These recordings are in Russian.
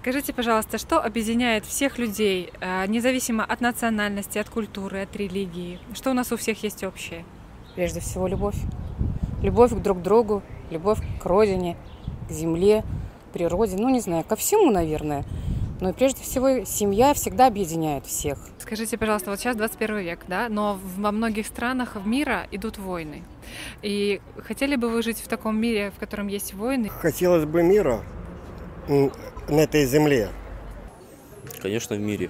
Скажите, пожалуйста, что объединяет всех людей, независимо от национальности, от культуры, от религии? Что у нас у всех есть общее? Прежде всего, любовь. Любовь друг к другу, любовь к родине, к земле, к природе. Ну, не знаю, ко всему, наверное. Но и прежде всего семья всегда объединяет всех. Скажите, пожалуйста, вот сейчас 21 век, да, но во многих странах мира идут войны. И хотели бы вы жить в таком мире, в котором есть войны? Хотелось бы мира на этой земле. Конечно, в мире.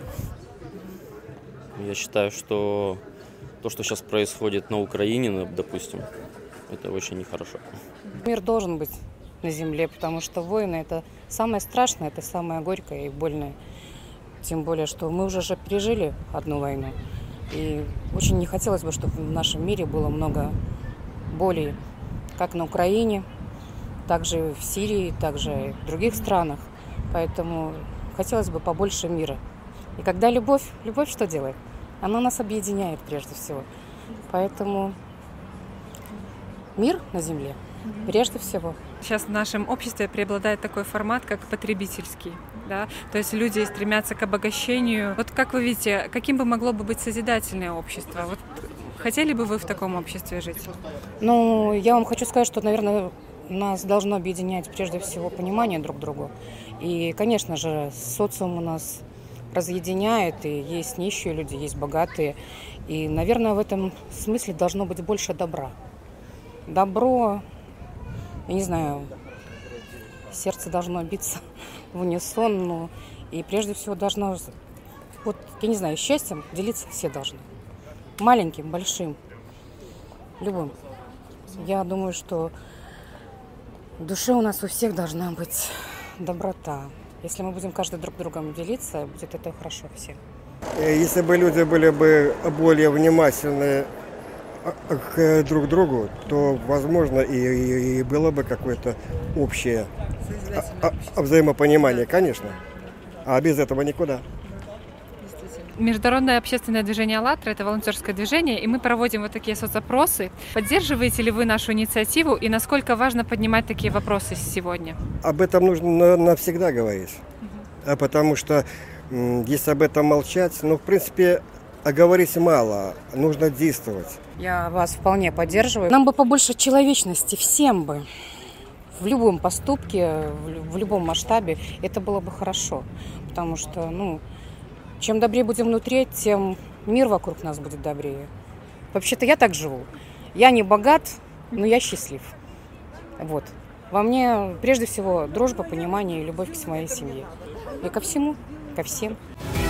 Я считаю, что то, что сейчас происходит на Украине, допустим, это очень нехорошо. Мир должен быть на земле, потому что войны – это самое страшное, это самое горькое и больное. Тем более, что мы уже же пережили одну войну. И очень не хотелось бы, чтобы в нашем мире было много боли, как на Украине, так же в Сирии, так же и в других странах. Поэтому хотелось бы побольше мира. И когда любовь что делает? Она нас объединяет прежде всего. Поэтому мир на земле прежде всего. Сейчас в нашем обществе преобладает такой формат, как потребительский. Да? То есть люди стремятся к обогащению. Вот как вы видите, каким бы могло бы быть созидательное общество? Вот хотели бы вы в таком обществе жить? Ну, я вам хочу сказать, что, наверное, нас должно объединять прежде всего понимание друг к другу. И, конечно же, социум у нас разъединяет, и есть нищие люди, есть богатые. И, наверное, в этом смысле должно быть больше добра. Добро, я не знаю, сердце должно биться в унисон, ну, и прежде всего должно, вот, я не знаю, счастьем делиться все должны. Маленьким, большим, любым. Я думаю, что в душе у нас у всех должна быть доброта. Если мы будем каждый друг другом делиться, будет это хорошо всем. Если бы люди были бы более внимательны к друг другу, то, возможно, и было бы какое-то общее взаимопонимание, конечно. А без этого никуда. Международное общественное движение «АЛЛАТРА» — это волонтерское движение, и мы проводим вот такие соцопросы. Поддерживаете ли вы нашу инициативу, и насколько важно поднимать такие вопросы сегодня? Об этом нужно навсегда говорить, потому что если об этом молчать, ну, в принципе, говорить мало, нужно действовать. Я вас вполне поддерживаю. Нам бы побольше человечности, всем бы. В любом поступке, в любом масштабе это было бы хорошо. Потому что, ну, чем добрее будем внутри, тем мир вокруг нас будет добрее. Вообще-то я так живу. Я не богат, но я счастлив. Вот. Во мне прежде всего дружба, понимание и любовь к своей семье. И ко всему, ко всем.